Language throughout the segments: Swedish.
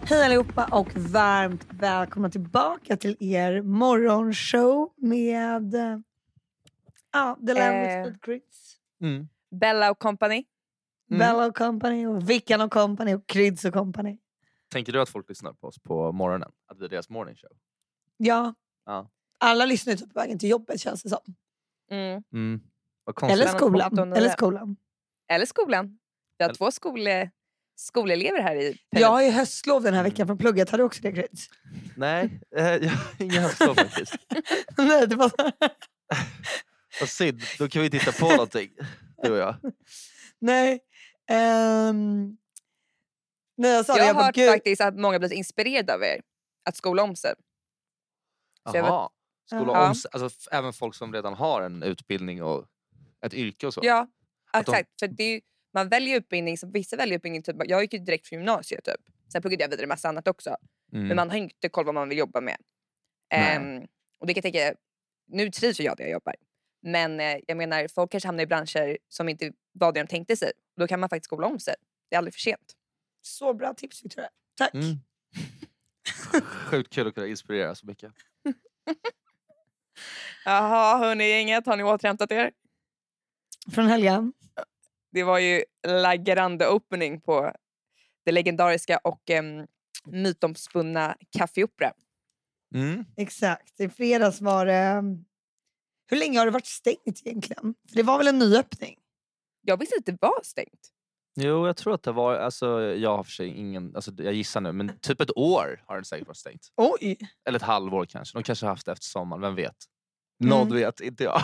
Hej allihopa och varmt välkomna tillbaka till er morgonshow med The Lamberts with Kryds. Bella och Company. Bella och Company och Vickan och Company och Kryds och Company. Tänker du att folk lyssnar på oss på morgonen? Att det är deras morning show? Ja. Alla lyssnar ju typ på vägen till jobbet, känns det som. Eller skolan. Vi har 2 skolelever här i Pelle. Jag har ju höstlov den här veckan från plugget. Har du också det, Kryds? Nej, jag har ingen höstlov faktiskt. Nej, det var Vad synd, då kan vi titta på någonting, du och jag. Nej. Nej, jag har hört faktiskt att många blivit inspirerade av er att skola om sig. Jaha, skola om sig. Alltså även folk som redan har en utbildning och ett yrke och så. Ja, exakt. För det är ju, man väljer utbildning, så vissa väljer utbildning typ, jag gick ju direkt från gymnasiet typ. Sen pluggade jag vidare en massa annat också. Men man har inte koll vad man vill jobba med. Och det kan jag tänka, nu trivs jag där jag jobbar. Men jag menar, folk kanske hamnar i branscher som inte var det de tänkte sig. Då kan man faktiskt skola om sig. Det är aldrig för sent. Så bra tips, Victoria. Tack. Sjukt kul att kunna inspirera så mycket. Jaha, hörni gänget, har ni återhämtat er? Från helgen? Det var ju La Grande Opening på det legendariska och mytomspunna Café Opera. Exakt, i fredags var det... Hur länge har det varit stängt egentligen? För det var väl en ny öppning? Jag visste att det var stängt. Jo, jag tror att det var, alltså jag har för sig ingen, alltså jag gissar nu, men typ ett år har det säkert varit stängt. Oj! Eller ett halvår kanske, de kanske har haft det efter sommaren, vem vet? Någon vet, inte jag.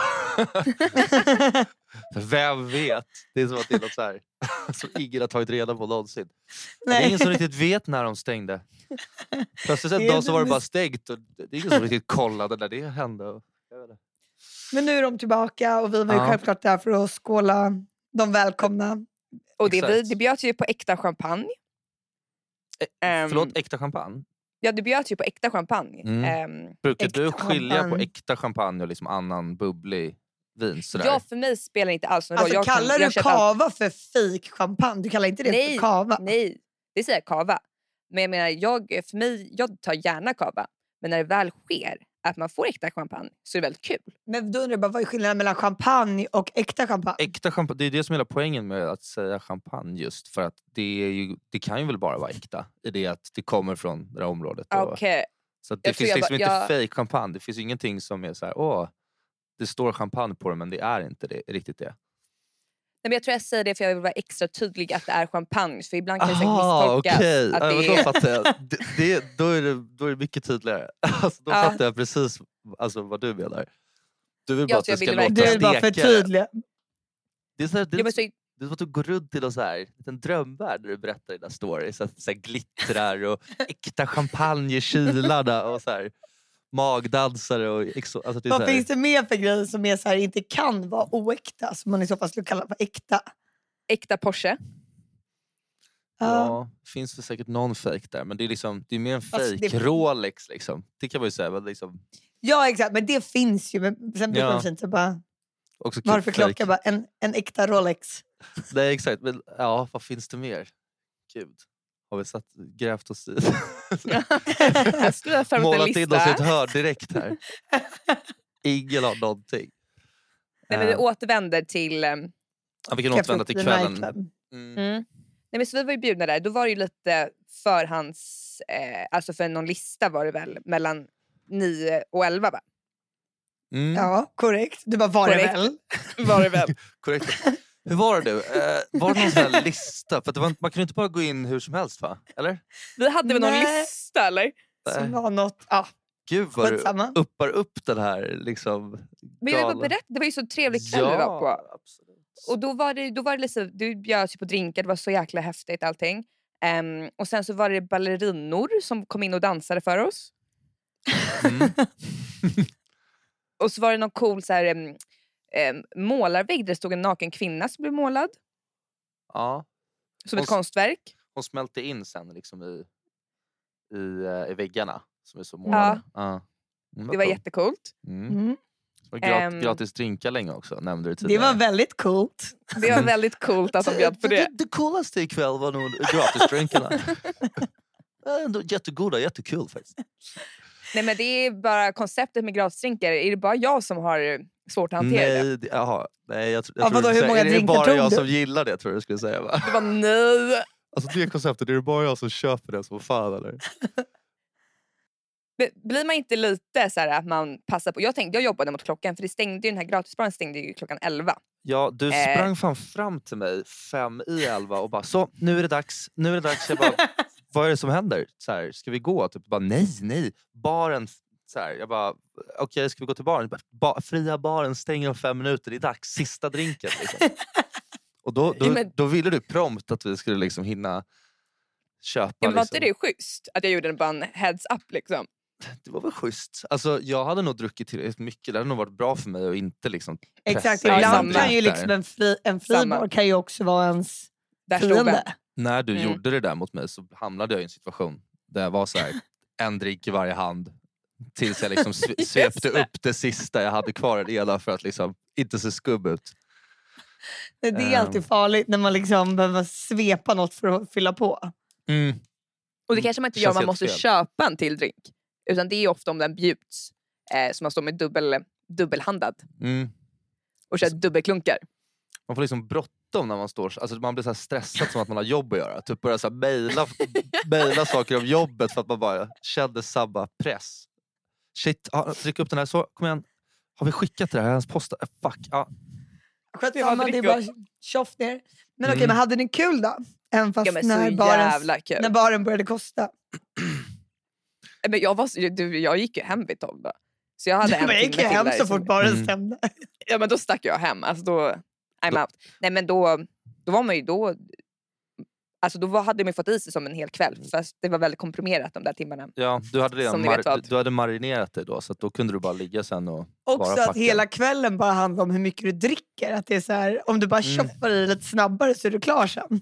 Vem vet? Det är som att det är något så här som ingen har tagit reda på någonsin. Det är ingen som riktigt vet när de stängde. Plötsligt en dag så var det bara stängt och det är ingen som riktigt kollade när det hände. Jag vet inte. Men nu är de tillbaka och vi var ju självklart där för att skåla de välkomna. Och det bjöds ju på äkta champagne. Förlåt, äkta champagne? Ja, det bjöds ju på äkta champagne. Brukar du skilja på äkta champagne och liksom annan bubblig vin? Sådär? Ja, för mig spelar det inte alls någon roll. Alltså kallar du kava för fake champagne? Du kallar inte det för kava? Nej, det säger kava. Men jag menar, jag tar gärna kava. Men när det väl sker att man får äkta champagne så är det väldigt kul. Men då undrar jag bara, vad är skillnaden mellan champagne och äkta champagne? Äkta champagne, det är det som är hela poängen med att säga champagne, just för att det kan ju väl bara vara äkta i det att det kommer från det här området. Okej. Så att det finns liksom inte fake champagne. Det finns ingenting som är så här, det står champagne på det men det är inte det, riktigt det. Nej, men jag tror jag säger det för jag vill vara extra tydlig att det är champagne. För ibland kan det säkert misstolkas. Okay. Att det är... Då fattar jag. Då är det mycket tydligare. Alltså, då fattar jag precis vad du menar. Du vill bara att det ska låta stekare. Du vill bara förtydliga. Det är så här, det är som att du går runt i någon så här en drömvärld när du berättar dina stories. Så här glittrar och äkta champagne i kylarna och så här magdansare och alltså det är vad finns det mer för grejer som är så här, inte kan vara oäkta som man i så fall skulle kalla för äkta? Äkta Porsche. Ja, finns det säkert någon fake där, men det är liksom det är mer en fake Rolex liksom. Det kan man ju säga, men liksom. Ja, exakt, men det finns ju, men sen blir det fint så bara. Också vad har du för klocka, bara en äkta Rolex. Nej, exakt, men vad finns det mer? Gud. Har vi grävt oss i målat in oss i ett hörn direkt här. Ingen har någonting. Nej, men vi återvänder till vi kan återvända till kvällen. Nej, men så vi var ju bjudna där. Då var det ju lite förhands alltså för någon lista var det väl mellan 9 och 11, va? Ja, korrekt. Du bara var det väl? Var det väl? Korrekt. Hur var det nu? Var det någon sån här lista? För att man kunde inte bara gå in hur som helst, va? Eller? Vi hade väl någon lista, eller? Som var något, Gud vad du uppar upp den här liksom. Men jag var beredd, det var ju så trevligt kväll vi var på. Absolut. Och då var det liksom, du bjöds ju på drinkar, det var så jäkla häftigt allting. Och sen så var det ballerinor som kom in och dansade för oss. Och så var det någon cool så här målarvägg där det stod en naken kvinna som blev målad. Ja. Som ett konstverk. Hon smälte in sen liksom i väggarna som är så målade. Det var jättecoolt. Gratis drinkar länge också, nämnde du tidigare. Det var väldigt coolt. Det var väldigt coolt att de bjöd på det. Det coolaste ikväll var nog gratis drinkarna. Ändå jättegoda, jättekul faktiskt. Nej, men det är bara konceptet med gratisdrinkar. Är det bara jag som har svårt att hantera det? Nej, jag tror hur många är det bara tog jag du? som gillar det, tror jag skulle säga. Va? Det var nej. Alltså det konceptet, är det bara jag som köper det som fan eller? Blir man inte lite så här att man passar på? Jag jobbade mot klockan, för det stängde ju, den här gratisbaren stängde ju klockan 11. Ja, du sprang fram till mig 5:11 och bara, så nu är det dags. Jag bara, vad är det som händer? Så här, ska vi gå? Typ, bara, nej. Baren, så här, jag bara, okej, ska vi gå till baren? Fria baren stänger om 5 minuter, det är dags, sista drinken. Liksom. Och då ville du prompt att vi skulle liksom hinna köpa. Men var liksom. inte det schysst att jag gjorde bara en heads up liksom? Det var väl schysst. Alltså, jag hade nog druckit tillräckligt mycket. Det hade nog varit bra för mig att inte liksom exakt, ibland kan ju liksom en fribar kan ju också vara ens fiende. När du gjorde det där mot mig så hamnade jag i en situation där jag var så här, en drink i varje hand. Tills jag liksom svepte upp det sista jag hade kvar i det ena för att liksom inte se skubb ut. Det är alltid farligt när man liksom behöver svepa något för att fylla på. Mm. Och det kanske man inte gör, man måste köpa en till drink. Utan det är ofta om den bjuds. Så man står med dubbelhandad. Och kör dubbelklunkar. Man får liksom bråttom när man står. Alltså man blir så här stressad som att man har jobb att göra. Typ börja så här mejla saker om jobbet för att man bara kände samma press. Shit, tryck upp den här. Så, kom igen. Har vi skickat det här? Hans posta? Fuck, ja. Det är bara tjoff ner. Men okej, men hade ni kul då? Även fast när baren började kosta. Men jag gick ju hem vid 12 då. Så jag hade jag gick hem så fort baren stämde. Ja, men då stack jag hem. Alltså då I'm out. Nej, men då var man ju då. Alltså då hade man fått i sig som en hel kväll. Fast det var väldigt komprimerat de där timmarna. Ja, du hade redan du hade marinerat dig då. Så att då kunde du bara ligga sen och också att hela kvällen bara handlar om hur mycket du dricker. Att det är så här, om du bara shoppar i lite snabbare så är du klar sen.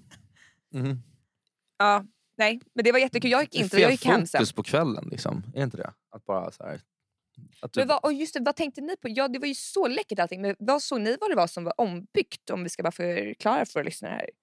Ja, nej. Men det var jättekul. Jag gick hem sen. Fokus på kvällen liksom. Är inte det? Att bara så här. Men vad tänkte ni på? Ja, det var ju så läckert allting. Men vad såg ni vad det var som var ombyggt? Om vi ska bara förklara för lyssnare här.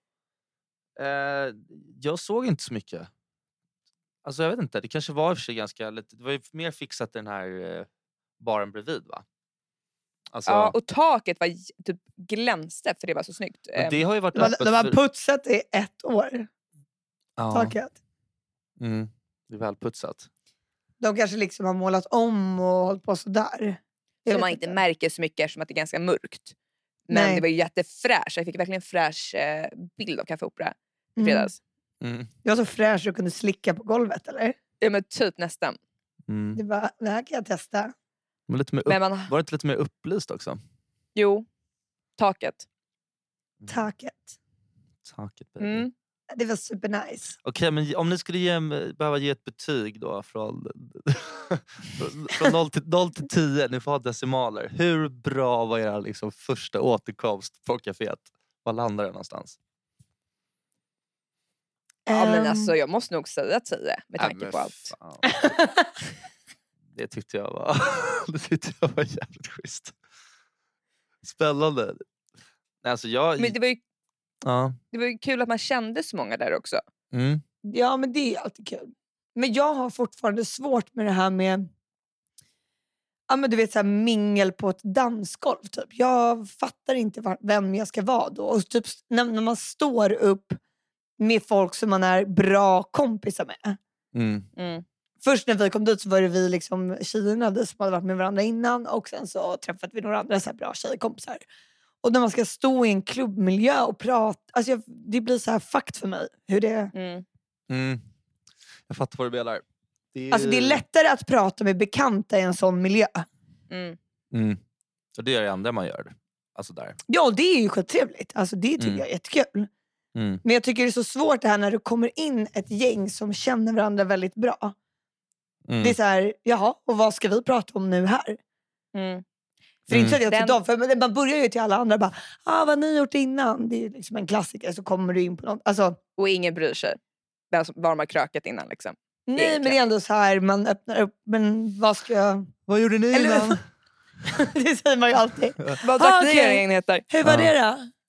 Jag såg inte så mycket. Alltså jag vet inte. Det kanske var för sig ganska lite. Det var ju mer fixat den här baren bredvid, va? Alltså, ja, och taket var typ glänste för det var så snyggt. Det har ju varit de har putsat i 1 år. Ja. Taket. Det är välputsat. De kanske liksom har målat om och hållit på sådär. Så man inte märker så mycket eftersom att det är ganska mörkt. Men det var ju jättefräsch. Jag fick verkligen en fräsch bild av Café Opera i fredags. Det var så fräsch att du kunde slicka på golvet, eller? Ja, men typ nästan. Det här kan jag testa. Var det inte lite mer upplyst också? Jo, taket. Taket, baby. Det var super nice. Okej, men om ni skulle behöva ge ett betyg då från 0 till 10, ni får ha decimaler. Hur bra var era liksom första återkomst på kaféet? Var landar det någonstans? Ja, men alltså jag måste nog säga 10 med tanke på allt. Det tyckte jag var jävligt schysst. Spännande. Alltså men det var ju kul att man kände så många där också. Ja, men det är alltid kul. Men jag har fortfarande svårt med det här med men du vet så här, mingel på ett dansgolv typ. Jag fattar inte vem jag ska vara då. Och typ när man står upp med folk som man är bra kompisar med. Först när vi kom dit så var det vi liksom tjejerna som hade varit med varandra innan. Och sen så träffade vi några andra så här bra tjejkompisar. Och när man ska stå i en klubbmiljö och prata. Alltså det blir så här fakt för mig. Hur det Jag fattar vad du menar. Alltså det är lättare att prata med bekanta i en sån miljö. Så det är det andra man gör. Alltså där. Ja, det är ju skittrevligt. Alltså det tycker jag är jättekul. Men jag tycker det är så svårt det här när det kommer in ett gäng som känner varandra väldigt bra. Det är så här, jaha, och vad ska vi prata om nu här? För inte så att jag till dem, för man börjar ju till alla andra bara, vad har ni gjort innan? Det är liksom en klassiker, så kommer du in på något. Alltså, och ingen bryr sig var de har krökat innan liksom. Nej, men det är ändå så här, man öppnar upp, men vad gjorde ni innan? Det säger man ju alltid. Vad drack ni era enheter? Hur var det då?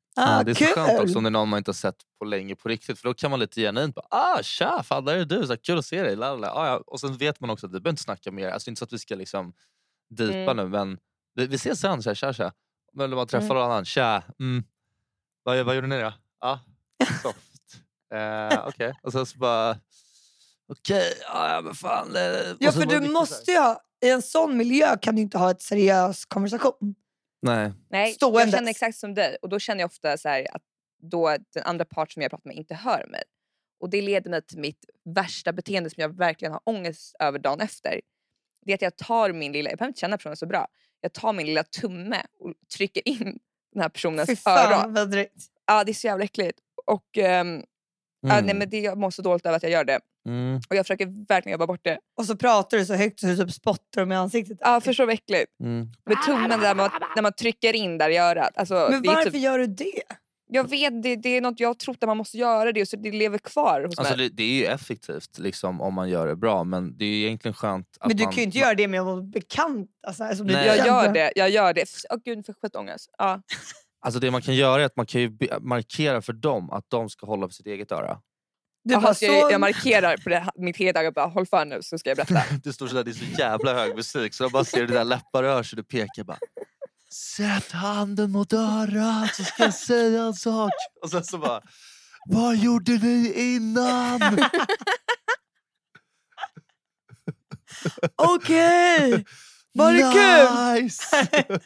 Det är så skönt också om det är någon man inte har sett på länge på riktigt. För då kan man lite genuint bara, tja, fan där är du, så kul att se dig. Ja. Och sen vet man också att vi behöver inte snacka mer. Alltså det är inte så att vi ska liksom dipa nu, men vi ses sen, tja. Men när man träffar någon annan, tja, vad gjorde ni då? Ja, soft. Okej. Och sen så bara, men fan. Ja, för du måste ju ha, i en sån miljö kan du inte ha ett seriös konversation. Nej, jag känner exakt som dig. Och då känner jag ofta så här att då den andra part som jag pratar med inte hör mig. Och det leder mig till mitt värsta beteende som jag verkligen har ångest över dagen efter. Det är att jag tar min lilla, jag behöver inte känna personen så bra. Jag tar min lilla tumme och trycker in den här personens öra. Ja, det är så jävla äckligt. Och nej, men jag mår så dåligt över att jag gör det. Och jag försöker verkligen jobba bort det. Och så pratar du så högt så du typ spottar med ansiktet. Ja, för så äckligt. Med tummen där när man trycker in där i örat. Alltså, men varför gör du det? Jag vet, det är något jag har trott att man måste göra det. Så det lever kvar hos mig. Det är ju effektivt liksom, om man gör det bra. Men det är ju egentligen skönt att men du kan ju inte göra det med att vara bekant. Alltså, jag gör det. Gud, för skitångest. Ja. Alltså det man kan göra är att man kan ju markera för dem att de ska hålla på sitt eget öra. Jag markerar på mitt eget öga, bara håll för nu så ska jag berätta. Det står sådär, det är så jävla hög musik. Så jag bara ser det där läppar rör sig, du pekar bara, sätt handen mot örat så ska jag säga en sak. Och sen så bara, vad gjorde ni innan? Okej. Var det nice. kul?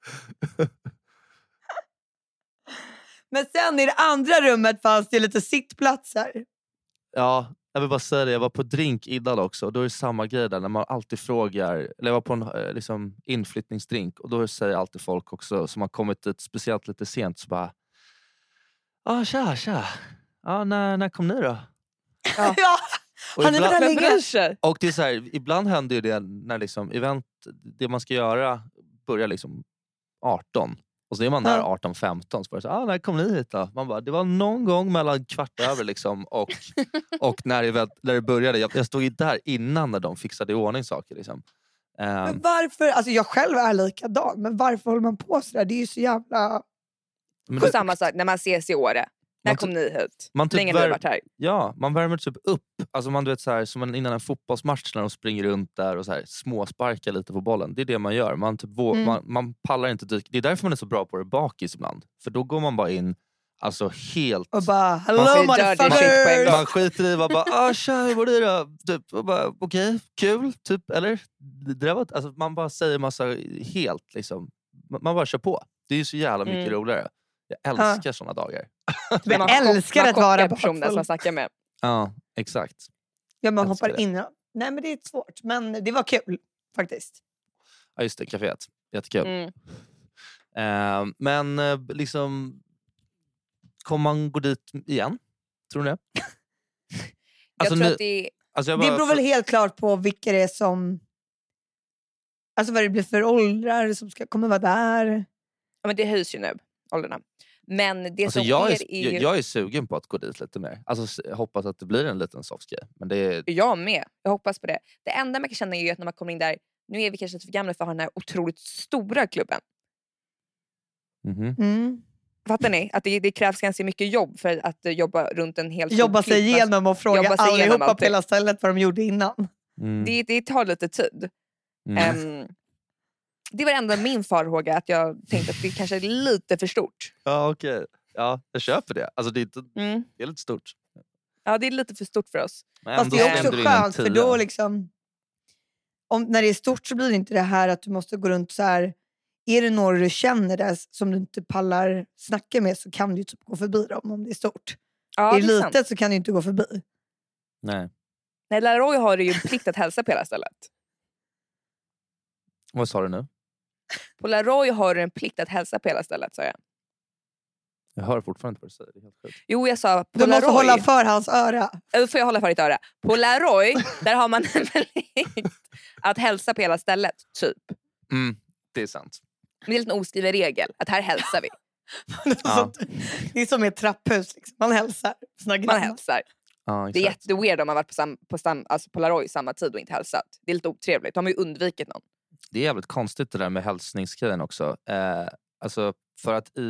Men sen i det andra rummet fanns det lite sittplatser. Ja, jag vill bara säga det. Jag var på drink innan också. Och då är det samma grej där. När man alltid frågar. Eller jag var på en liksom, inflyttningsdrink. Och då säger alltid folk också som har kommit dit speciellt lite sent. Så bara, tja. Ja, när kom ni då? Ja. Har ni varit länge? Och det är så här, ibland händer ju det när liksom event, det man ska göra börjar liksom 18. Och så är man där 18-15 så bara så, när kom ni hit då? Man bara, det var någon gång mellan kvart över liksom och när det började. Jag stod ju där innan när de fixade i ordning saker liksom. Men varför, alltså jag själv är likadan, men varför håller man på så där? Det är ju så jävla... På samma sak när man ses i Åre. När kom ni hit? Man typ länge ni har varit här. Ja, man värmer typ upp. Alltså man, du vet, så här, som innan en fotbollsmatch när de springer runt där och så här, småsparkar lite på bollen. Det är det man gör. Man, typ, man pallar inte dyka. Det är därför man är så bra på det bakis ibland. För då går man bara in alltså helt... Och bara, hello motherfuckers! Man skiter i och bara, tja, hur var det då? Typ, och bara, okej, kul, typ, eller? Det var, alltså, man bara säger massa helt, liksom. Man bara kör på. Det är ju så jävla mycket roligare. Jag älskar såna dagar. Jag älskar att vara personen som snackar med. Ja, exakt. Ja, man hoppar in. Nej, men det är svårt. Men det var kul, faktiskt. Ja, just det. Caféet. Jättekul. Men liksom... Kommer man gå dit igen? Tror ni det? Jag tror att det... Alltså det beror väl helt klart på vilka det är som... Alltså vad det blir för åldrar som kommer vara där. Ja, men det höjs ju nu, åldrarna. Men det alltså som jag sker är... Jag är sugen på att gå dit lite mer. Alltså jag hoppas att det blir en liten softgrej. Men det är... Jag med. Jag hoppas på det. Det enda man kan känna är ju att när man kommer in där... Nu är vi kanske lite för gamla för att ha den här otroligt stora klubben. Fattar ni? Att det krävs ganska mycket jobb för att jobba runt en hel... Jobba sig igenom och fråga allihopa på hela stället vad de gjorde innan. Det tar lite tid. Det var ändå min farhåga att jag tänkte att det kanske är lite för stort. Ja, okej. Ja, jag köper det. Alltså det är lite stort. Ja, det är lite för stort för oss. Fast det är också skönt för då liksom... när det är stort så blir det inte det här att du måste gå runt så här... Är det några du känner där som du inte pallar snacka med så kan du typ gå förbi dem om det är stort. Ja, är det litet sant. Så kan du inte gå förbi. Nej. Nej, La Roy har ju plikt att hälsa på hela stället. Vad sa du nu? På La Roy har du en plikt att hälsa på hela stället, sa jag. Jag hör fortfarande inte vad du säger. Det är helt sjukt. Jo, jag sa... Du måste hålla för hans öra. Får jag hålla för ditt öra? På La Roy, där har man en plikt att hälsa på hela stället, typ. Det är sant. Men det är en oskriven regel, att här hälsar vi. Det är som ett trapphus, liksom. Man hälsar. Man hälsar. Ja, det är jätteweird om man varit på La Roy samma tid och inte hälsat. Det är lite otrevligt, de har ju undvikit någon. Det är jävligt konstigt det där med hälsningsgrejen också. Alltså för att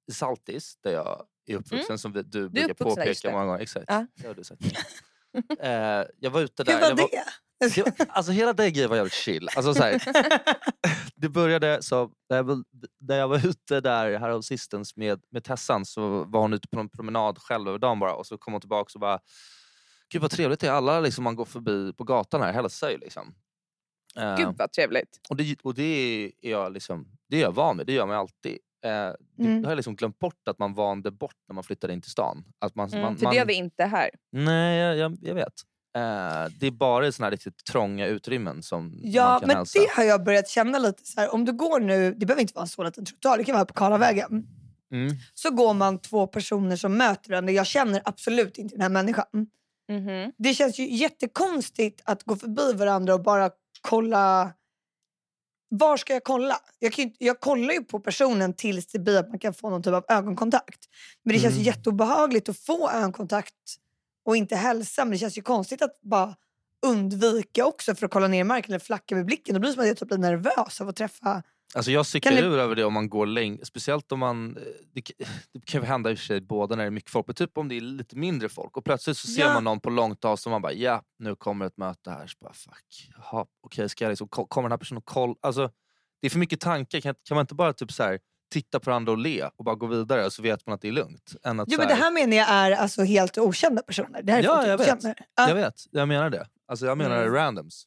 i Saltis, där jag är uppvuxen, som du brukar uppvuxen, påpeka många gånger. Exakt, det har du sagt. Jag var ute där. Hur var det? Alltså hela den grejen var jävligt chill. Alltså, så här, det började så när jag var ute där här sistens med Tessan, så var hon ute på en promenad själv över dagen bara, och så kom hon tillbaka och bara, gud vad trevligt det är, alla liksom, man går förbi på gatan här hela sig liksom. Gud vad trevligt. Och det är jag liksom, det är jag van med, det gör man alltid. Det har jag liksom glömt bort att man vande bort när man flyttade in till stan. Att för det gör vi inte här. Nej, jag vet. Det är bara i såna här riktigt trånga utrymmen som man kan men hälsa. det har jag börjat känna lite så här. Om du går nu, det behöver inte vara en så liten trottoar, det kan vara på Karlavägen. Så går man 2 personer som möter varandra. Jag känner absolut inte den här människan. Det känns ju jättekonstigt att gå förbi varandra och bara kolla. Var ska jag kolla? Jag kollar ju på personen tills det blir att man kan få någon typ av ögonkontakt. Men det känns ju jätteobehagligt att få ögonkontakt och inte hälsa. Men det känns ju konstigt att bara undvika också för att kolla ner i marken eller flacka med blicken. Då blir det som att jag typ blir nervös av att träffa. Alltså jag cyklar ur över det om man går länge. Speciellt om man, det kan hända i och för sig både när det är mycket folk, men typ om det är lite mindre folk. Och plötsligt så ser man någon på långt avstånd, man bara, nu kommer ett möte här. Så bara, fuck, okej, ska jag liksom, kommer den här personen och kolla? Alltså, det är för mycket tankar. Kan man inte bara typ så här, titta på andra och le och bara gå vidare, och så vet man att det är lugnt. Än att, men det här menar jag är alltså helt okända personer. Det här är jag vet. Jag vet, jag menar det. Alltså jag menar randoms.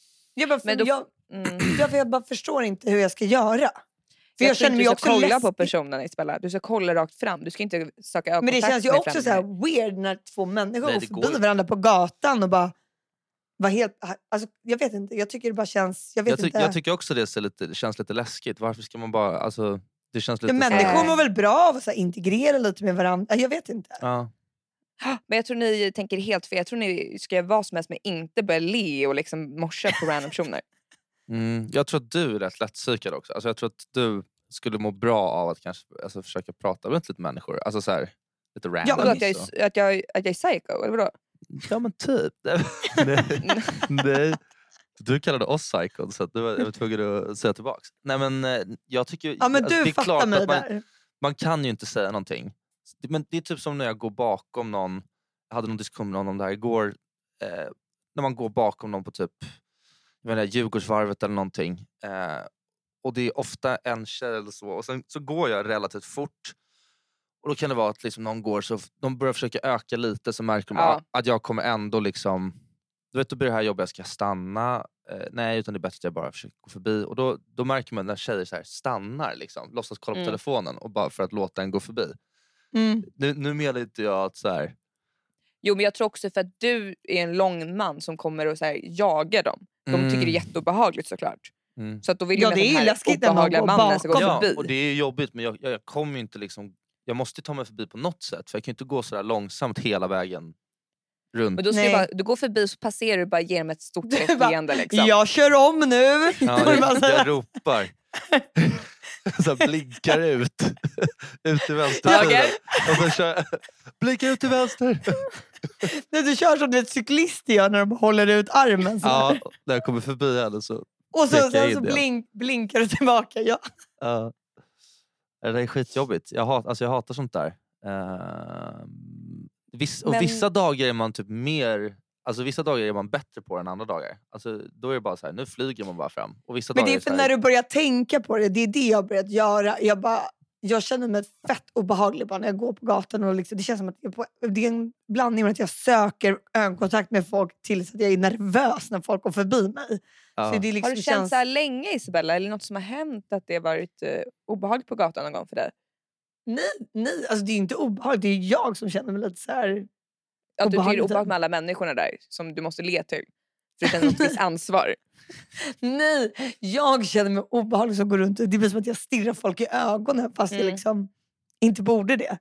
Jag bara förstår inte hur jag ska göra. För jag känner mig också kolla läskig på personen, Isabella. Du ska kolla rakt fram. Du ska inte söka ögonkontakt. Men det känns ju också så här weird när 2 människor går förbi varandra på gatan och bara var helt, alltså jag vet inte, jag tycker det bara känns, jag tycker också det känns lite läskigt. Varför ska man bara, alltså det känns lite människor mår väl bra av att så här, integrera lite med varandra. Jag vet inte. Ja. Men jag tror ni tänker helt fel. Jag tror ni ska göra vad som helst, men inte börja le och liksom morsa på random personer. Jag tror att du är rätt lättpsykad också. Alltså jag tror att du skulle må bra av att kanske försöka prata med lite människor. Alltså så här, lite random. Ja, att jag är psycho, eller vadå? Ja men typ. Nej. Du kallade oss psycho, så att jag var tvungen att säga tillbaka. Nej men jag tycker... Ja men du fattar mig där. Man kan ju inte säga någonting. Men det är typ som när jag går bakom någon. Jag hade någon diskussion med någon om det här igår. När man går bakom någon på typ Djurgårdsvarvet eller någonting. Och det är ofta en tjej eller så. Och sen så går jag relativt fort. Och då kan det vara att liksom någon går så de börjar försöka öka lite, så märker man att jag kommer ändå liksom, du vet, då blir det här jobbet, ska jag stanna? Nej, utan det är bättre att jag bara försöker gå förbi. Och då märker man när tjejer så här stannar liksom, låtsas kolla på telefonen och bara för att låta en gå förbi. Nu menar inte jag att så här. Jo, men jag tror också för att du är en lång man som kommer och så här, jagar dem. De tycker det är jätteobehagligt såklart. Så att då vill det är ju läskigt obehagliga mannen ska gå förbi. Och det är jobbigt, men jag kommer ju inte liksom, jag måste ta mig förbi på något sätt, för jag kan inte gå så där långsamt hela vägen runt. Men då ska du går förbi, så passerar du, bara ger dem ett stort leende liksom. Jag kör om nu. Jag ropar. Så blinkar ut till vänster. Och så kör, blinkar ut till vänster. Du kör som ett cyklist gör när de håller ut armen. Så. Ja, när jag kommer förbi henne så. Och så blinkar du tillbaka. Ja. Det är skitjobbigt. Jag hatar sånt där. Vissa dagar är man typ mer. Alltså vissa dagar är man bättre på än andra dagar. Alltså då är det bara så här, nu flyger man bara fram. Och vissa men dagar det är för när du börjar tänka på det. Det är det jag har börjat göra. Jag känner mig fett obehaglig bara när jag går på gatan. Och liksom, det känns som att det är en blandning med att jag söker ögonkontakt med folk tills att jag är nervös när folk går förbi mig. Så det liksom har du känt så här länge, Isabella? Eller något som har hänt att det har varit obehagligt på gatan någon gång för dig? Nej, alltså det är inte obehagligt. Det är jag som känner mig lite så här. Att du tycker det är obehagligt med alla människorna där som du måste le till. För du känner något visst ansvar. Nej, jag känner mig obehaglig som går runt. Det blir som att jag stirrar folk i ögonen fast jag liksom inte borde det.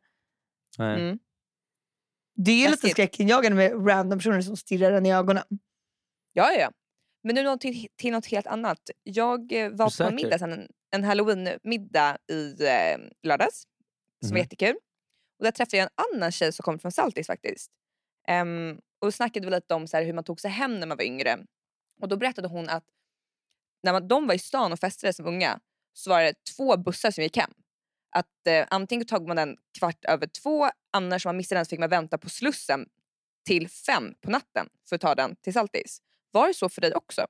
Det är lite skräckinjagande med random personer som stirrar en i ögonen. Ja. Men nu till något helt annat. Jag var på en middag sen, en Halloween-middag i lördags. Som var jättekul. Och där träffade jag en annan tjej som kom från Saltis faktiskt. Och då snackade vi lite om så här, hur man tog sig hem när man var yngre. Och då berättade hon att när de var i stan och festade som unga, så var det 2 bussar som gick hem. att antingen tog man den 2:15, annars om man missade den så fick man vänta på Slussen till 5 på natten för att ta den till Saltis. Var det så för dig också?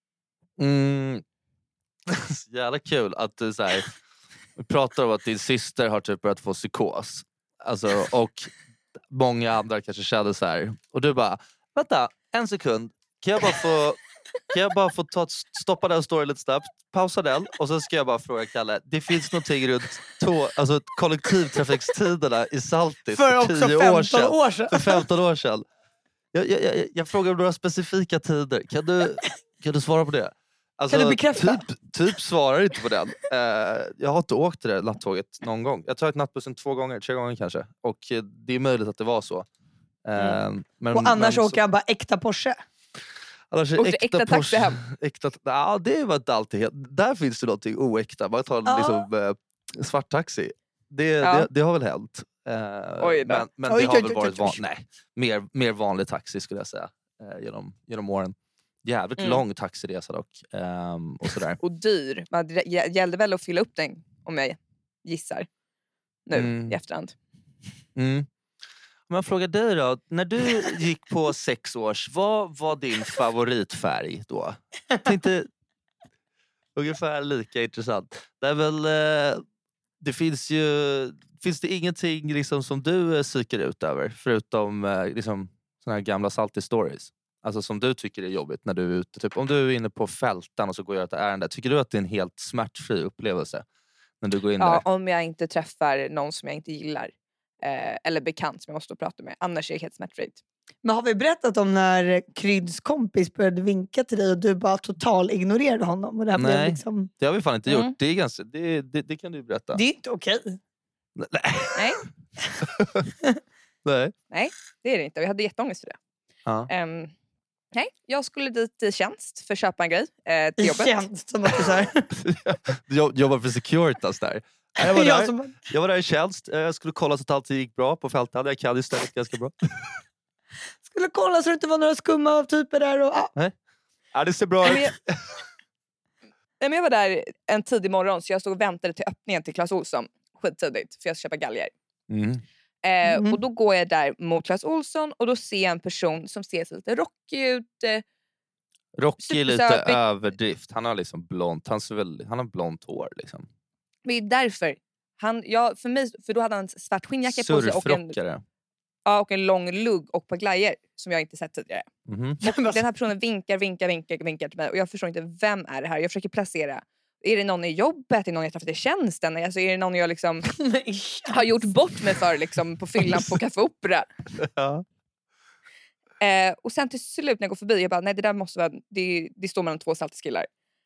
Jävla kul att du så här, pratar om att din syster har typ börjat få psykos. Alltså, och många andra kanske känner så här. Och du bara, vänta, en sekund. Kan jag bara få stoppa den storyn lite snabbt, pausa den och så ska jag bara fråga Kalle. Det finns någonting runt kollektivtrafikstiderna i Saltis för 10 år sedan. För 15 år sedan. Jag frågar om några specifika tider. Kan du svara på det? Alltså, kan du bekräfta? Typ svarar inte på den. Jag har inte åkt det nattåget någon gång. Jag har tagit nattbussen 3 gånger kanske. Och det är möjligt att det var så. Och annars åker han bara äkta Porsche. Annars äkta taxi hem. Ja, det var inte alltid helt. Där finns det någonting oäkta. Man tar liksom svart taxi. Det har väl hänt. Men det har väl varit mer vanlig taxi skulle jag säga. Genom åren. Jävligt lång taxiresa dock. Och sådär. Och dyr. Det gällde väl att fylla upp den, om jag gissar. Nu i efterhand. Om jag frågar dig då. När du gick på 6 års, vad var din favoritfärg då? Jag tänkte ungefär lika intressant. Det är väl... Det finns det ingenting liksom som du psykar ut över? Förutom liksom såna här gamla Salty stories. Alltså som du tycker är jobbigt när du är ute. Typ, om du är inne på fältan och så går jag ett ärende. Tycker du att det är en helt smärtfri upplevelse? När du går in där? Ja, om jag inte träffar någon som jag inte gillar. Eller bekant som jag måste prata med. Annars är det helt smärtfritt. Men har vi berättat om när Kryds kompis började vinka till dig och du bara total ignorerade honom? Och det här blev liksom... det har vi fan inte gjort. Det är ganska, det kan du berätta. Det är inte okej. Nej. Nej, det är det inte. Vi hade jätteångest för det. Ja. Nej, jag skulle dit i tjänst för att köpa en grej till jobbet. Tjänst, som att du säger. Du jobbar för Securitas där. Jag var där i tjänst. Jag skulle kolla så att allt gick bra på fältan. Jag kan ju stället ganska bra. Skulle kolla så det inte var några skumma typer där. Och, Nej. Ja, det ser bra ut. Men jag var där en tidig morgon så jag stod och väntade till öppningen till Clas Ohlson. Skittidigt för jag ska köpa galger. Och då går jag där mot Clas Ohlson och då ser jag en person som ser lite rockig ut. Rockig är lite överdrift. Han har liksom blont. Han har blont hår liksom. Men det är därför. För då hade han en svart skinnjacka på sig och en lång lugg och på glajer som jag inte sett tidigare. Och den här personen vinkar till mig och jag förstår inte, vem är det här? Jag försöker placera. Är det någon i jobbet? Är det någon jag träffat i tjänsten? Alltså, är det någon jag liksom har gjort bort mig för liksom, på fyllan på Café Opera? Ja. Och sen till slut när jag går förbi, jag bara, nej det där måste vara, det står mellan 2 saltiskillar.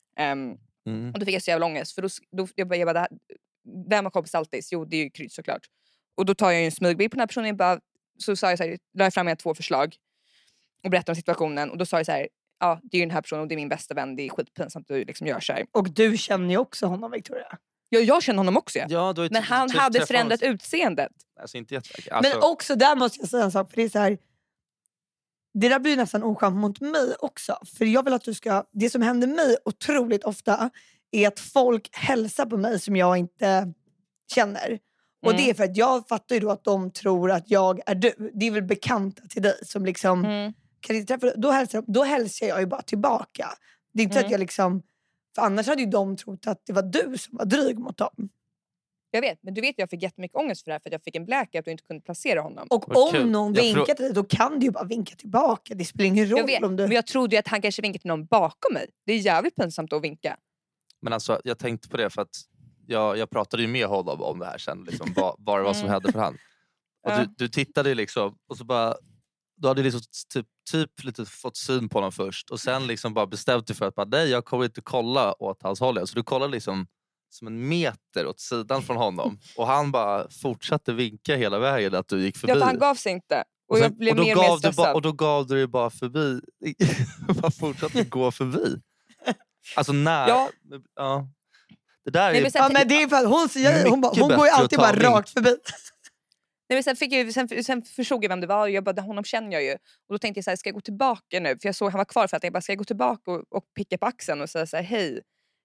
Och då fick jag så jävla ångest. För då jag bara, vem har kommit på Saltis? Jo, det är ju Kryd såklart. Och då tar jag en smygbild på den här personen. Så sa jag så här, la jag fram mina 2 förslag. Och berättade om situationen. Och då sa jag så här, ja, det är ju den här personen och det är min bästa vän. Det är skitpinsamt att du liksom gör så här. Och du känner ju också honom, Victoria. Ja, jag känner honom också. Ja, men han hade förändrat utseendet. Alltså inte jätteverkligt. Men också där måste jag säga en sak. För det är så här, det där blir nästan oskämt mot mig också. För jag vill att du ska... Det som händer mig otroligt ofta är att folk hälsar på mig som jag inte känner. Och det är för att jag fattar ju då att de tror att jag är du. Det är väl bekanta till dig som liksom... Kan inte träffa, då hälsar jag ju bara tillbaka. Det är inte så att jag liksom... För annars hade ju de trott att det var du som var dryg mot dem. Jag vet, men du vet jag fick jättemycket ångest för det här för att jag fick en blackout och inte kunde placera honom. Och om någon vinkar till dig, då kan du ju bara vinka tillbaka. Det spelar ingen roll jag vet, om du... men jag trodde ju att han kanske vinkade till någon bakom mig. Det är jävligt pinsamt att vinka. Men alltså, jag tänkte på det för att jag pratade ju med honom om det här sen. Liksom, vad det var som hände för han. Och du tittade ju liksom och så bara... Du hade liksom typ lite fått syn på honom först. Och sen liksom bara bestämt dig för att nej, jag kommer inte kolla åt hans håll. Så du kollade liksom som en meter åt sidan från honom. Och han bara fortsatte vinka hela vägen att du gick förbi. Ja, för han gav sig inte. Och jag blev mer och mer stressad. Och då gav du bara förbi. Bara fortsatte gå förbi. Alltså när... Ja. Det där är... men det är för att hon går ju alltid bara rakt förbi. Nej, men sen förstod jag vem det var. Jag bara, honom känner jag ju. Och då tänkte jag så här, ska jag gå tillbaka nu? För jag såg han var kvar för att jag bara, ska jag gå tillbaka och picka på axeln och säga så här, hej.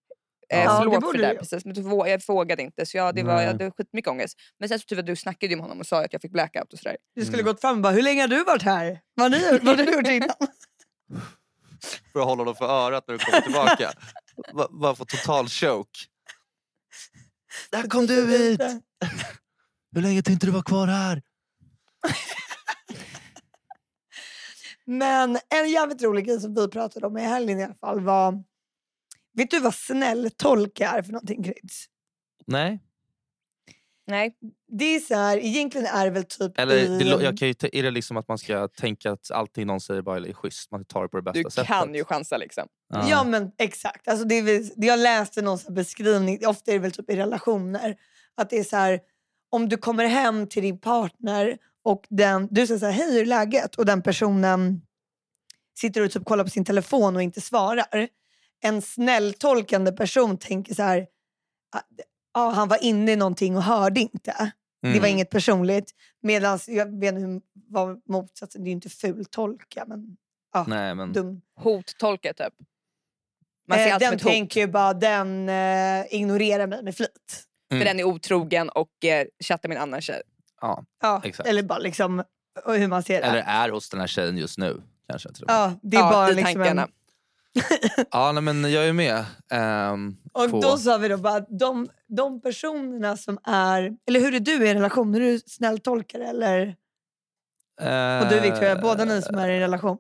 Förlåt för det där, precis. Men jag vågade inte. Så jag hade skitmycket ångest. Men sen så typ att du snackade med honom och sa att jag fick blackout och sådär. Du skulle gått fram och bara, hur länge har du varit här? Vad har du gjort innan? För att hålla dem för örat när du kommer tillbaka. Bara få total choke. Där kom du hit! Hur länge tänkte du vara kvar här? Men en jävligt rolig grej som vi pratade om i helgen i alla fall var... Vet du vad snälltolk är för någonting, Kryds? Nej. Det är så här, egentligen är det väl typ... Eller är det liksom att man ska tänka att allting någon säger bara är schysst? Man tar det på det bästa sättet. Du kan ju chansa liksom. Ja men exakt. Alltså det jag läste någon sån beskrivning, ofta är det väl typ i relationer. Att det är så här, om du kommer hem till din partner och du säger så här, hej hur är läget? Och den personen sitter och typ kollar på sin telefon och inte svarar. En snälltolkande person tänker så här, han var inne i någonting och hörde inte. Det var inget personligt. Medan jag vet inte vad motsatsen, det är ju inte fultolka men, nej, men... dum. Hottolka typ. Man ser allt den som ett tänker ju bara, den ignorerar mig med flit. För den är otrogen och chattar med en annan tjej. Ja, exakt. Eller bara liksom hur man ser det. Eller är hos den här tjejen just nu. Kanske, ja, det är bara liksom tankarna. Ja, nej, men jag är med. Och då sa vi då bara de personerna som är... Eller hur är du i en relation? Är du snälltolkare eller? Och du Victoria, båda ni som är i en relation?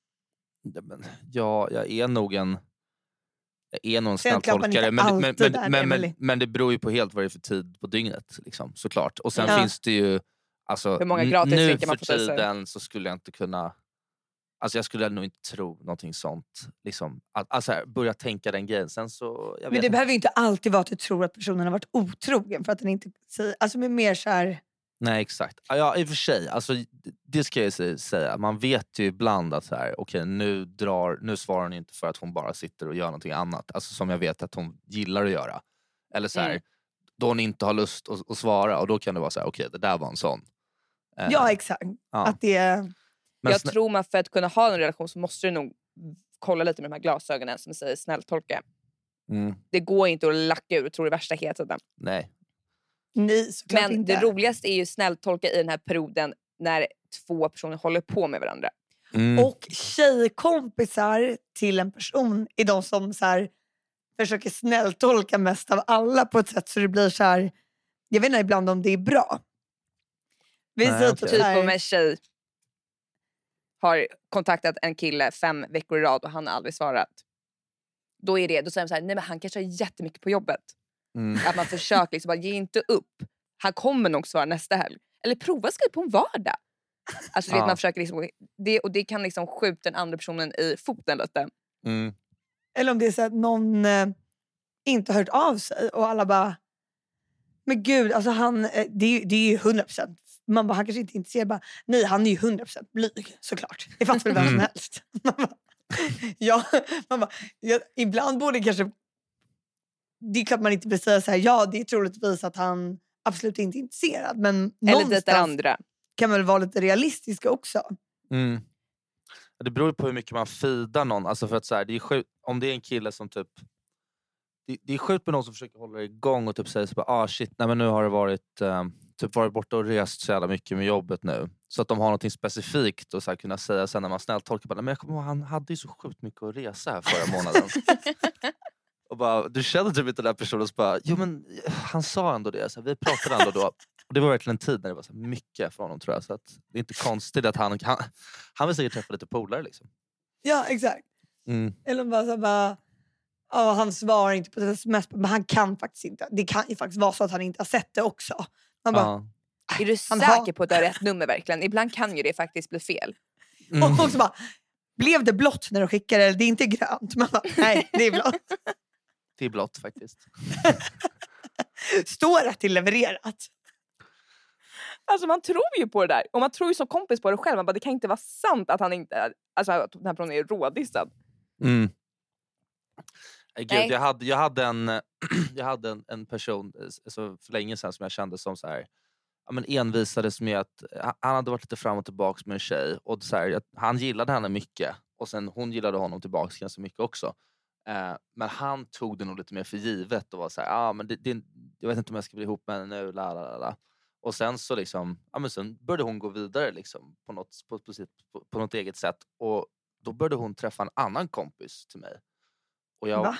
Ja, jag är nog en snälltolkare. Men det beror ju på helt vad det är för tid på dygnet. Liksom, såklart. Och sen finns det ju... Alltså, hur många gratis nu för man får tiden så skulle jag inte kunna... Alltså jag skulle nog inte tro någonting sånt. Liksom, alltså börja tänka den grejen. Sen så, men det behöver ju inte alltid vara att du tror att personen har varit otrogen. För att den inte säger... Alltså med mer så här... Nej, exakt. Ja, i och för sig. Alltså, det ska jag säga. Man vet ju ibland att så här, okej, nu svarar hon inte för att hon bara sitter och gör någonting annat. Alltså som jag vet att hon gillar att göra. Eller så här, då hon inte har lust att svara. Och då kan det vara så här, okej, det där var en sån. Ja, exakt. Ja. Att det... Jag tror man för att kunna ha en relation så måste du nog kolla lite med de här glasögonen som säger snälltolka. Det går inte att lacka ur och tro det värsta hela tiden. Nej, såklart men inte. Det roligaste är ju snälltolka i den här perioden när två personer håller på med varandra. Och tjejkompisar till en person är de som så här, försöker snälltolka mest av alla på ett sätt så det blir så här, jag vet inte ibland om det är bra. Typ om en tjej har kontaktat en kille 5 veckor i rad och han har aldrig svarat. Då säger de så här, nej men han kanske har jättemycket på jobbet. Att man försöker liksom bara, ge inte upp. Han kommer nog svara nästa helg. Eller prova skriva på en vardag. Alltså vet, man försöker liksom, det kan liksom skjuta den andra personen i foten lite. Eller om det är så att någon inte har hört av sig och alla bara, men gud, alltså det är ju 100%. Man bara, han kanske inte är intresserad. Bara, nej, han är ju 100% blyg, såklart. Det fattar väl vem som helst. Man bara, ibland borde kanske... Det är klart man inte vill säga så här, ja, det är troligtvis att han absolut inte är intresserad. Men eller det andra. Kan väl vara lite realistiska också. Det beror på hur mycket man feedar någon. Alltså för att så här, det är sjukt, om det är en kille som typ... Det är sjukt med någon som försöker hålla igång och typ säger så bara, shit, nej men nu har det varit... typ varit borta och rest så jävla mycket med jobbet nu. Så att de har något specifikt och så här kunna säga sen när man snällt tolkar. Men jag kommer ihåg, han hade ju så sjukt mycket att resa här förra månaden. Och bara, du känner typ inte den där personen så bara, jo men han sa ändå det. Så här, vi pratade ändå då. Och det var verkligen en tid när det var så mycket för honom tror jag. Så att det är inte konstigt att han vill säkert träffa lite polare liksom. Ja, exakt. Eller bara så bara... han svarar inte på sms, men han kan faktiskt inte. Det kan ju faktiskt vara så att han inte har sett det också. Man bara, är du säker på att du har rätt nummer verkligen? Ibland kan ju det faktiskt bli fel. Och också bara, blev det blått när du skickade eller det är inte grönt? Man bara, nej, det är blått. Det är blått faktiskt. Står det till levererat? Alltså man tror ju på det där. Och man tror ju som kompis på det själv. Man bara, det kan inte vara sant att han inte... Alltså att den här personen är rådistad. Gud, jag hade en person alltså för länge sedan som jag kände som så här, ja, men envisades med att han hade varit lite fram och tillbaka med en tjej och så här, han gillade henne mycket och sen hon gillade honom tillbaka ganska mycket också. Men han tog det nog lite mer för givet och var så här, men jag vet inte om jag ska bli ihop med henne nu, la. Och sen så liksom, men sen började hon gå vidare liksom på något eget sätt. Och då började hon träffa en annan kompis till mig. Och jag,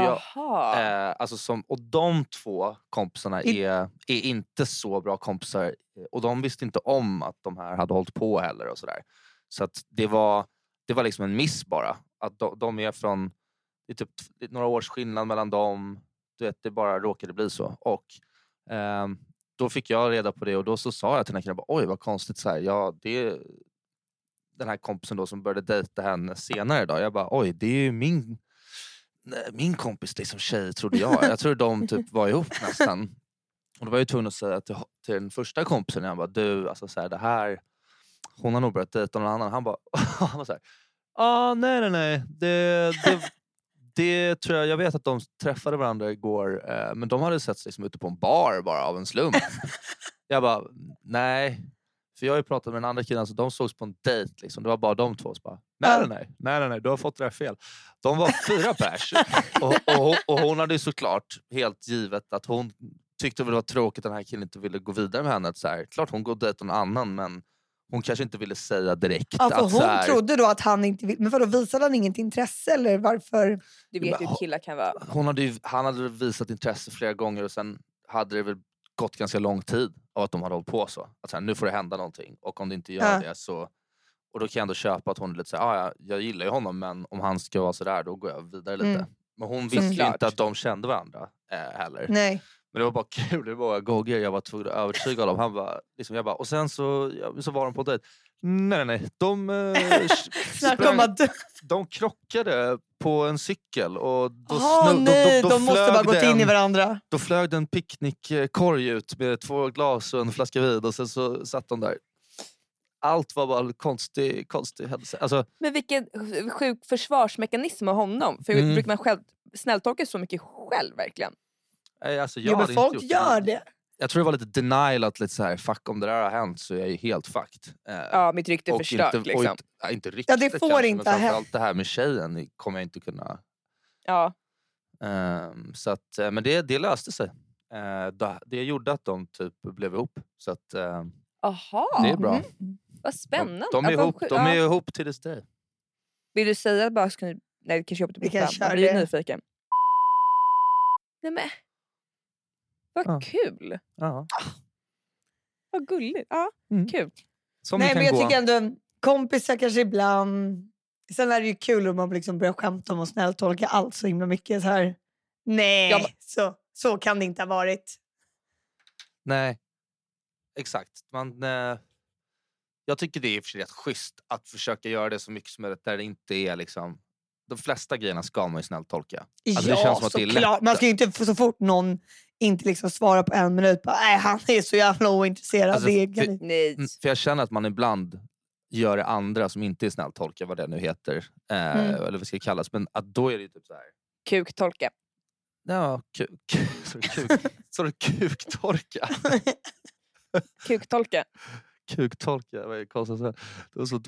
och de två kompisarna är inte så bra kompisar. Och de visste inte om att de här hade hållit på heller och sådär. Så att det var liksom en miss bara. Att de är från, det är typ några års skillnad mellan dem. Du vet, det bara råkade bli så. Och då fick jag reda på det och då så sa jag till den här killen, oj vad konstigt så här. Ja, det är den här kompisen då som började dejta henne senare idag. Jag bara, oj, det är ju min kompis liksom tjej, trodde jag. Jag tror de typ var ihop nästan. Och då var jag tvungen att säga till den första kompisen, jag bara, du, alltså så här, det här, hon har nog börjat dejta någon annan. Han var så här, nej. Det tror jag vet att de träffade varandra igår. Men de hade setts liksom ute på en bar bara av en slump. Jag bara, nej. För jag har ju pratat med den andra killen, så de sågs på en dejt liksom. Det var bara de två. Så bara, nej, du har fått det där fel. De var 4 pers. och hon hade ju såklart helt givet att hon tyckte det var tråkigt att den här killen inte ville gå vidare med henne. Att så här, klart hon går och dejtar någon annan, men hon kanske inte ville säga direkt. Ja, för att hon så här, trodde då att han inte ville. Men vadå, visade han inget intresse eller varför? Du vet ju hur killar kan vara. Han hade visat intresse flera gånger och sen hade det väl gått ganska lång tid av att de hade hållit på så. Att så här, nu får det hända någonting. Och om det inte gör det så... Och då kan jag ändå köpa att hon är lite såhär, jag gillar ju honom, men om han ska vara sådär, då går jag vidare lite. Men hon visste ju inte att de kände varandra heller. Nej. Men det var bara kul, det var gånger jag var tvungen att övertyga honom. Han bara, liksom, jag bara, och sen så var de på dejt. Nej. De krockade på en cykel och då de måste bara gått in i varandra. Då flög en picknickkorg ut med 2 glas och en flaska vin och sen så satt de där. Allt var bara konstig händelse. Alltså, men vilken sjuk försvarsmekanism av honom. För brukar man själv snälltolka så mycket själv verkligen? Alltså, men folk gör det. Jag tror det var lite denial att lite så här, fuck, om det där har hänt så är jag ju helt fucked. Ja, mitt rykte är förstört liksom. Inte rykte, det får kanske, inte men framförallt det här med tjejen kommer jag inte kunna. Ja. Så att, men det löste sig. Det gjorde att de typ blev ihop. Så att det är bra. Vad spännande. De är ihop till this day. Vill du säga att bara nej, det kanske jag inte kan blir nyfiken. Nej men. Vad kul. Ja. Vad gulligt. Ja, kul. Nej, men jag tycker ändå kompisar kanske ibland. Sen är det ju kul om man liksom börjar skämta om och snälltolka allt så himla mycket så här. Nej, så kan det inte ha varit. Nej. Exakt. Jag tycker det är för rätt schysst att försöka göra det så mycket som möjligt där det inte är liksom. De flesta grejerna ska man ju snälltolka. Alltså, det känns som att det är lätt. Man ska ju inte så fort någon inte liksom svarar på 1 minut bara, nej, han är så jävla ointresserad. Alltså, nej. För jag känner att man ibland gör det andra som inte är snälltolka, vad det nu heter. Eller vad ska det kallas. Men att då är det typ så här. Kuktolka. Ja, kuktorka. Kuktolka. Kuktolka, vad är det konstigt? Det var så...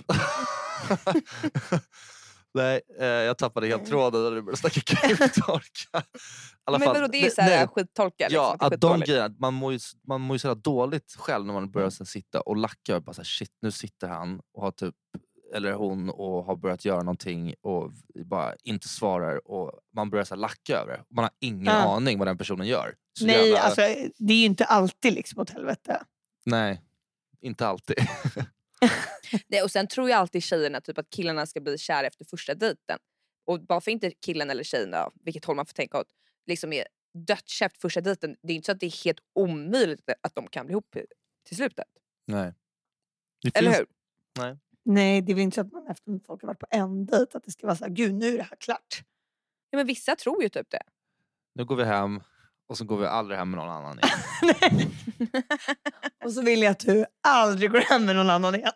Nej, jag tappade helt tråden när du började snacka kuktorka. Men vadå, det är ju såhär skittolka. Ja, liksom, att de grejerna, man mår ju sådär dåligt själv när man börjar sitta och lacka och bara såhär, shit, nu sitter han och har typ, eller hon, och har börjat göra någonting och bara inte svarar och man börjar såhär lacka över det. Man har ingen aning vad den personen gör. Så nej, jävla... alltså det är ju inte alltid liksom åt helvete. Nej, inte alltid. Nej, och sen tror jag alltid tjejerna typ att killarna ska bli kära efter första dejten. Och bara för inte killen eller tjejen, vilket håll man får tänka åt, liksom är dödskäft första dejten. Det är inte så att det är helt omöjligt att de kan bli ihop till slutet. Nej. Eller hur? Nej, det är väl inte så att man efter att folk har varit på en dejt att det ska vara så här, gud, nu är det här klart. Ja, men vissa tror ju typ det. Nu går vi hem och så går vi aldrig hem med någon annan igen. Och så vill jag att du aldrig går hem med någon annan igen.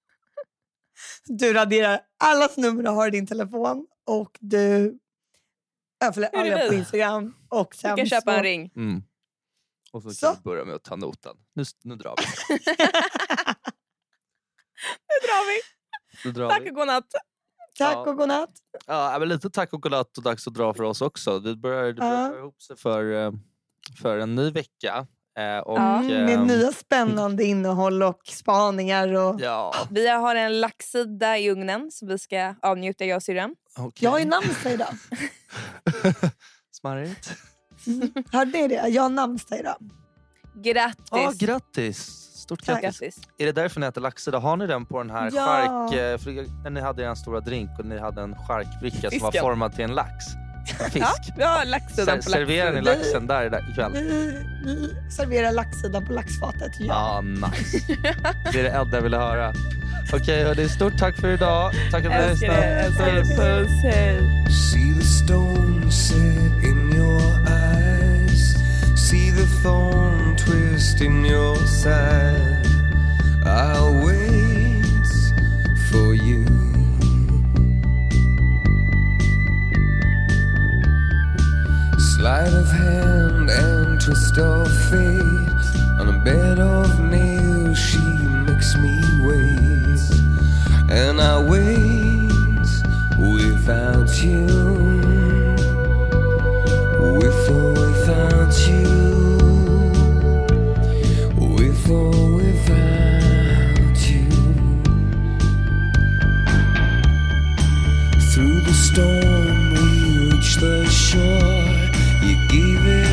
Du raderar allas nummer och har i din telefon. Och du följer alla på Instagram. Och sen du kan köpa en ring. Och så kan vi börja med att ta notan. Nu drar vi. Nu drar vi. Tack och godnatt. tack och godnatt. Ja, men lite tack och godnatt och dags att dra för oss också. Det börjar ihop sig för en ny vecka. Med nya spännande innehåll och spaningar. Och... Ja. Vi har en laxsida i ugnen som vi ska avnjuta, jag och syrran. Okay. Jag har ju namnsdag idag. Smarrigt. Hörde ni det? Jag har namnsdag idag. Grattis. Grattis. Stort grattis. Är det därför ni äter laxsida? Har ni den på den här chark? För ni hade en stora drink och ni hade en charkbricka som var formad till en lax. Fisk. Ja, laxsidan på serverar ni laxen där ikväll? Vi serverar laxsidan på laxfatet. Ja, nice. Det är det enda jag ville höra. Okej, hörni, stort tack för idag. Tack för att ni lyssnade. Puss, hej. See the stone set in your eyes. See the thorn twist in your side. I'll wait for you. Sleight of hand and twist of fate. On a bed of nails she makes me wait. And I wait without you. With or without you. With or without you. Through the storm we reach the shore. You gave it